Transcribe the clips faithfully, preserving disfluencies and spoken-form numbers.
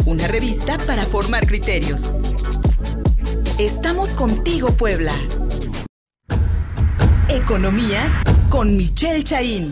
una revista para formar criterios. Estamos contigo, Puebla. Economía con Michelle Chaín.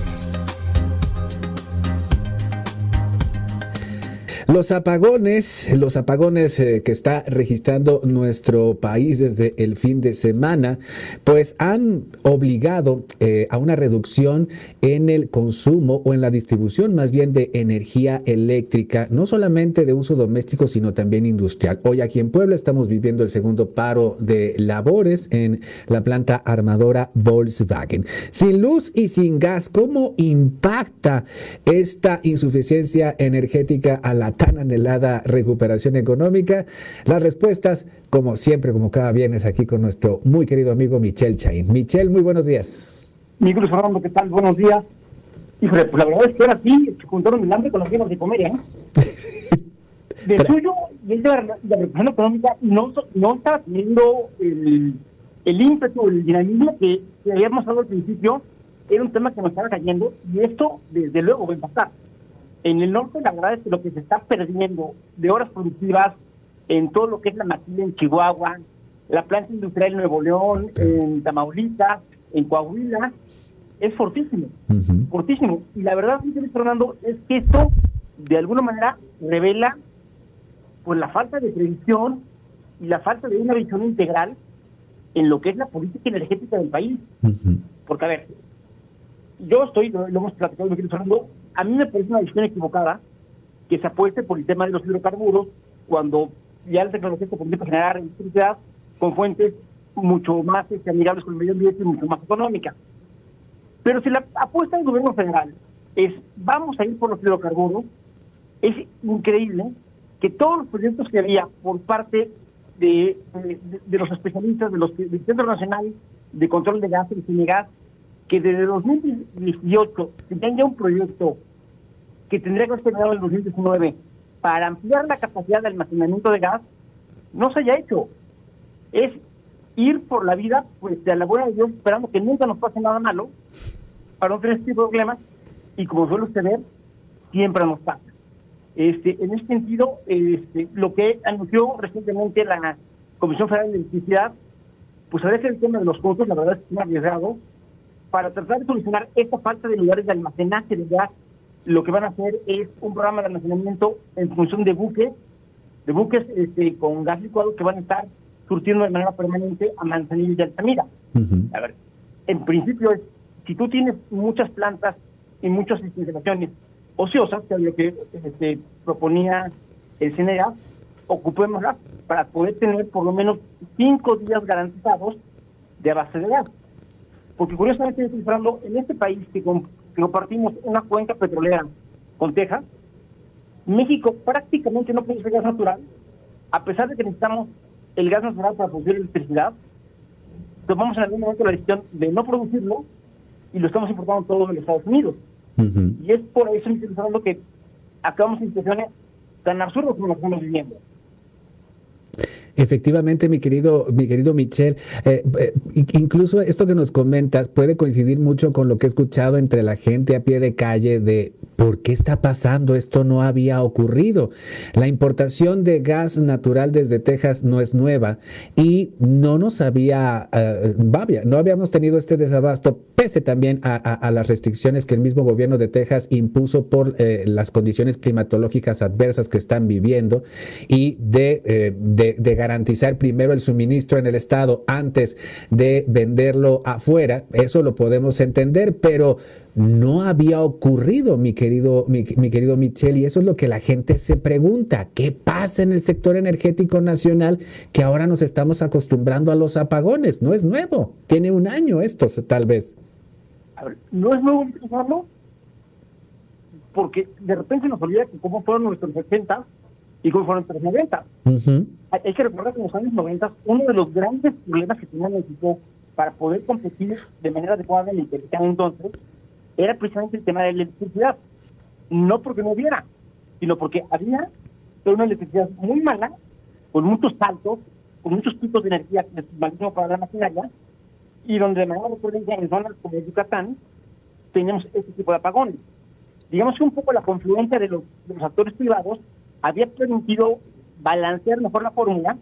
Los apagones, los apagones eh, que está registrando nuestro país desde el fin de semana, pues han obligado eh, a una reducción en el consumo o en la distribución más bien de energía eléctrica, no solamente de uso doméstico, sino también industrial. Hoy aquí en Puebla estamos viviendo el segundo paro de labores en la planta armadora Volkswagen. Sin luz y sin gas, ¿cómo impacta esta insuficiencia energética a la tan anhelada recuperación económica? Las respuestas, como siempre, como cada viernes, aquí con nuestro muy querido amigo Michelle Chaín. Michelle, muy buenos días. Mi Cruz Fernando, ¿qué tal? Buenos días. Híjole, pues la verdad es que ahora sí se juntaron el hambre con las ganas de comer, ¿eh? De Pero... suyo, y es de la, la recuperación económica, no, no está teniendo el, el ímpetu, el dinamismo que, que habíamos hablado al principio. Era un tema que nos estaba cayendo, y esto, desde luego, va a impactar. En el norte, la verdad es que lo que se está perdiendo de horas productivas en todo lo que es la maquila en Chihuahua, la planta industrial en Nuevo León, en Tamaulipas, en Coahuila, es fortísimo, uh-huh. fortísimo. Y la verdad, Fernando, es que esto, de alguna manera, revela pues la falta de previsión y la falta de una visión integral en lo que es la política energética del país. Uh-huh. Porque, a ver, yo estoy, lo, lo hemos platicado, lo que estoy hablando, a mí me parece una decisión equivocada que se apueste por el tema de los hidrocarburos cuando ya la tecnología se permite generar electricidad con fuentes mucho más este, amigables con el medio ambiente y mucho más económicas. Pero si la apuesta del gobierno federal es vamos a ir por los hidrocarburos, es increíble que todos los proyectos que había por parte de, de, de los especialistas de los, del Centro Nacional de Control de Gas y de Cinegas, que desde dos mil dieciocho tenían ya un proyecto que tendría que haber terminado en el dos mil diecinueve para ampliar la capacidad de almacenamiento de gas, no se haya hecho. Es ir por la vida, pues, de la buena de Dios, esperando que nunca nos pase nada malo, para no tener este tipo de problemas, y como suele usted ver, siempre nos pasa. Este, en este sentido, este, lo que anunció recientemente la Comisión Federal de Electricidad, pues a veces el tema de los costos, la verdad es que es muy arriesgado. Para tratar de solucionar esta falta de lugares de almacenaje de gas, lo que van a hacer es un programa de almacenamiento en función de buques, de buques este, con gas licuado que van a estar surtiendo de manera permanente a Manzanillo y Altamira. Uh-huh. A ver, en principio, es, si tú tienes muchas plantas y muchas instalaciones ociosas, que es lo que este, proponía el CNEA, ocupémoslas para poder tener por lo menos cinco días garantizados de base de gas. Porque curiosamente, Fernando, en este país que, con, que compartimos una cuenca petrolera con Texas, México prácticamente no produce gas natural, a pesar de que necesitamos el gas natural para producir electricidad. Tomamos en algún momento la decisión de no producirlo y lo estamos importando todo de los Estados Unidos. Uh-huh. Y es por eso, Fernando, que acabamos en situaciones tan absurdas como las que estamos viviendo. Efectivamente, mi querido, mi querido Michelle, eh, eh, incluso esto que nos comentas puede coincidir mucho con lo que he escuchado entre la gente a pie de calle de ¿por qué está pasando? Esto no había ocurrido. La importación de gas natural desde Texas no es nueva y no nos había, uh, no habíamos tenido este desabasto, pese también a, a, a las restricciones que el mismo gobierno de Texas impuso por eh, las condiciones climatológicas adversas que están viviendo y de, eh, de, de garantizar primero el suministro en el estado antes de venderlo afuera. Eso lo podemos entender, pero no había ocurrido, mi querido, mi, mi querido Michelle, y eso es lo que la gente se pregunta. ¿Qué pasa en el sector energético nacional que ahora nos estamos acostumbrando a los apagones? No es nuevo, tiene un año esto, tal vez. A ver, no es nuevo, ¿no? Porque de repente nos olvida que cómo fueron nuestros ochenta y cómo fueron nuestros noventa. Uh-huh. Hay, hay que recordar que en los años noventa uno de los grandes problemas que tenía México para poder competir de manera adecuada en el mercado entonces era precisamente el tema de la electricidad. No porque no hubiera, sino porque había una electricidad muy mala, con muchos saltos, con muchos picos de energía que es malísimo para la maquinaria, y donde de manera recurrente en zonas como Yucatán tenemos este tipo de apagones. Digamos que un poco la confluencia de los, de los actores privados había permitido balancear mejor la fórmula,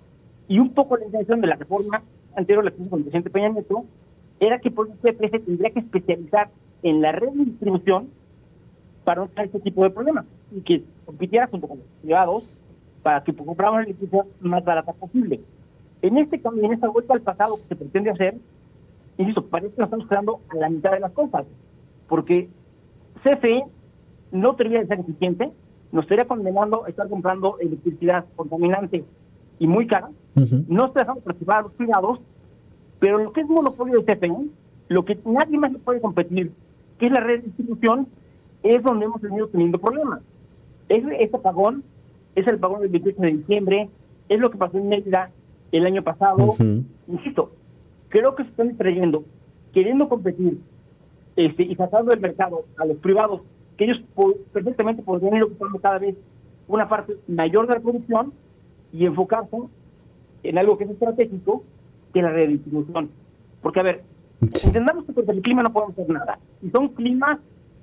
y un poco la intención de la reforma anterior, la que hizo con el presidente Peña Nieto, era que por C F E se tendría que especializar en la red de distribución para no tener este tipo de problemas, y que compitiera junto con los privados para que compráramos la electricidad más barata posible. En este cambio, en esta vuelta al pasado que se pretende hacer, insisto, parece que nos estamos quedando a la mitad de las cosas, porque C F E no termina de ser eficiente, nos estaría condenando a estar comprando electricidad contaminante y muy cara, uh-huh. No está dejando participar a los privados, pero lo que es monopolio de C F E, lo que nadie más le puede competir, que es la red de distribución, es donde hemos venido teniendo problemas. Es, este apagón, es el apagón del veintiocho de diciembre, es lo que pasó en Mérida el año pasado. Uh-huh. Insisto, creo que se están trayendo, queriendo competir este, y sacando del mercado a los privados, que ellos po- perfectamente podrían ir ocupando cada vez una parte mayor de la producción y enfocarse en algo que es estratégico, que es la red de distribución. Porque, a ver, sí. Entendamos que contra el clima no podemos hacer nada. Y son climas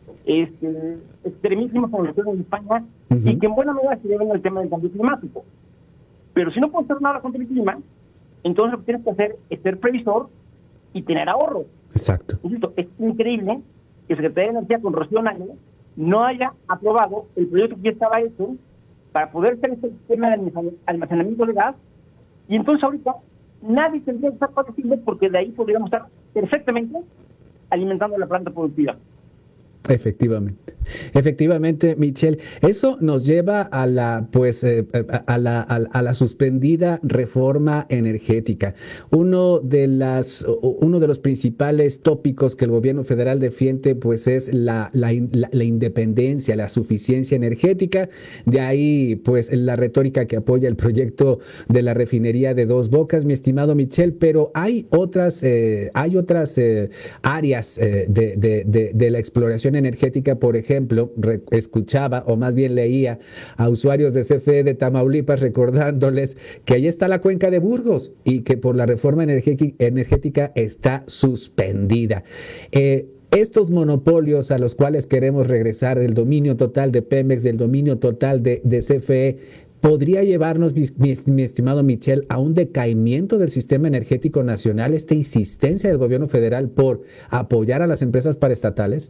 este, extremísimos como los que en España, uh-huh. Y que en buena medida se deben al tema del cambio climático. Pero si no puedes hacer nada contra el clima, entonces lo que tienes que hacer es ser previsor y tener ahorro. Exacto. Insisto, es increíble que el Secretaría de Energía, con Rocío Nale, no haya aprobado el proyecto que ya estaba hecho para poder hacer este sistema de almacenamiento de gas, y entonces ahorita nadie tendría que estar padeciendo, porque de ahí podríamos estar perfectamente alimentando la planta productiva. Efectivamente, efectivamente, Michelle, eso nos lleva a la, pues, eh, a la, a, a la suspendida reforma energética. Uno de las, uno de los principales tópicos que el gobierno federal defiende, pues, es la, la, la, la independencia, la suficiencia energética. De ahí, pues, la retórica que apoya el proyecto de la refinería de Dos Bocas, mi estimado Michelle. Pero hay otras, eh, hay otras eh, áreas eh, de, de, de, de la exploración energética. Por ejemplo, re- escuchaba o más bien leía a usuarios de C F E de Tamaulipas recordándoles que ahí está la cuenca de Burgos y que por la reforma energética, energética está suspendida. Eh, Estos monopolios a los cuales queremos regresar, del dominio total de Pemex, del dominio total de, de C F E, ¿podría llevarnos, mi, mi, mi estimado Michelle, a un decaimiento del sistema energético nacional, esta insistencia del gobierno federal por apoyar a las empresas paraestatales?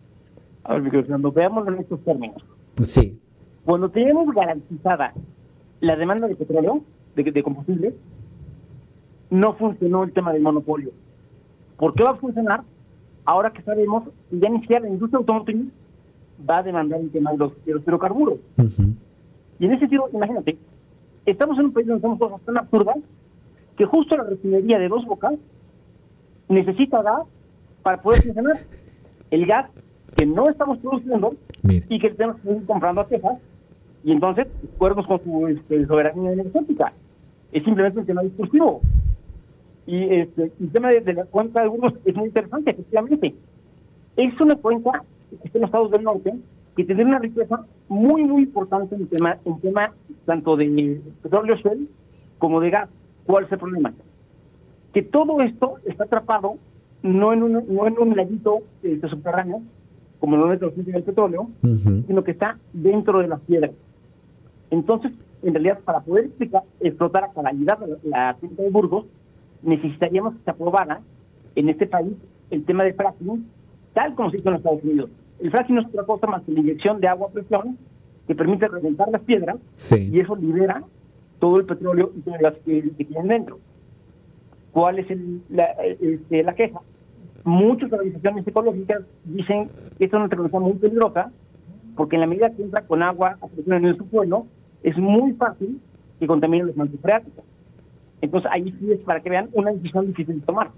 A ver, cuando veamos en estos términos. Sí. Cuando tenemos garantizada la demanda de petróleo, de, de combustible, no funcionó el tema del monopolio. ¿Por qué va a funcionar? Ahora que sabemos que ya ni siquiera la industria automotriz va a demandar el tema de los, de los hidrocarburos. Uh-huh. Y en ese sentido, imagínate, estamos en un país donde tenemos cosas tan absurdas que justo la refinería de Dos Bocas necesita gas para poder funcionar. El gas que no estamos produciendo, Mira. Y que tenemos que ir comprando a Texas, y entonces cuernos con su este, soberanía energética. Es simplemente un tema discursivo. Y este, el tema de, de la cuenca de Burgos es muy interesante, efectivamente. Es una cuenca que está en los estados del norte, que tendría una riqueza muy, muy importante en tema, en tema tanto de petróleo shell como de gas. ¿Cuál es el problema? Que todo esto está atrapado no en un, no en un laguito este, subterráneo, como no es el petróleo, uh-huh. Sino que está dentro de las piedras. Entonces, en realidad, para poder explicar, explotar a cabalidad la cuenca de Burgos, necesitaríamos que se aprobara en este país el tema del fracking, tal como se hizo en los Estados Unidos. El fracking no es otra cosa más que la inyección de agua a presión que permite reventar las piedras, sí. Y eso libera todo el petróleo y todo el gas que, que tienen dentro. ¿Cuál es el, la, el, el, la queja? Muchas organizaciones ecológicas dicen que esto es una tecnología muy peligrosa, porque en la medida que entra con agua a presión en el subsuelo, es muy fácil que contamine los mantos freáticos. Entonces ahí sí es, para que vean, una decisión difícil de tomar.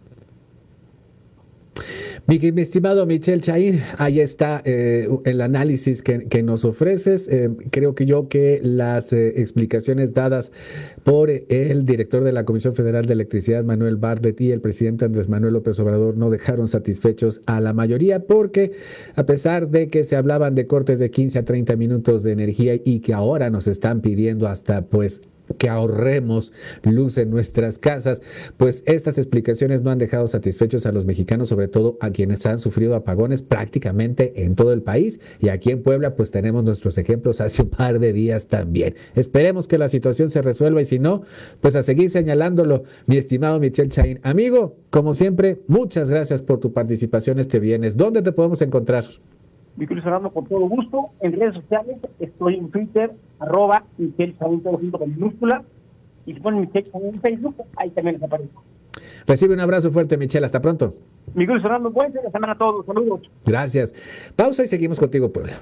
Mi, mi estimado Michel Chaín, ahí está eh, el análisis que, que nos ofreces. Eh, creo que yo que las eh, explicaciones dadas por el director de la Comisión Federal de Electricidad, Manuel Bartlett, y el presidente Andrés Manuel López Obrador no dejaron satisfechos a la mayoría, porque a pesar de que se hablaban de cortes de quince a treinta minutos de energía y que ahora nos están pidiendo hasta pues que ahorremos luz en nuestras casas. Pues estas explicaciones no han dejado satisfechos a los mexicanos, sobre todo a quienes han sufrido apagones prácticamente en todo el país, y aquí en Puebla pues tenemos nuestros ejemplos hace un par de días también. Esperemos que la situación se resuelva y si no, pues a seguir señalándolo, mi estimado Michel Chaín. Amigo, como siempre, muchas gracias por tu participación este viernes. ¿Dónde te podemos encontrar? Mi querido Fernando, con todo gusto. En redes sociales estoy en Twitter, arroba Michel Chaín, todo junto con minúscula. Y si ponen Michel Chaín en Facebook, ahí también les aparezco. Recibe un abrazo fuerte, Michel. Hasta pronto. Mi querido Fernando, buen fin de semana a todos. Saludos. Gracias. Pausa y seguimos contigo, Puebla.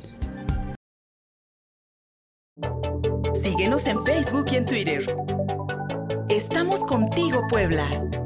Síguenos en Facebook y en Twitter. Estamos contigo, Puebla.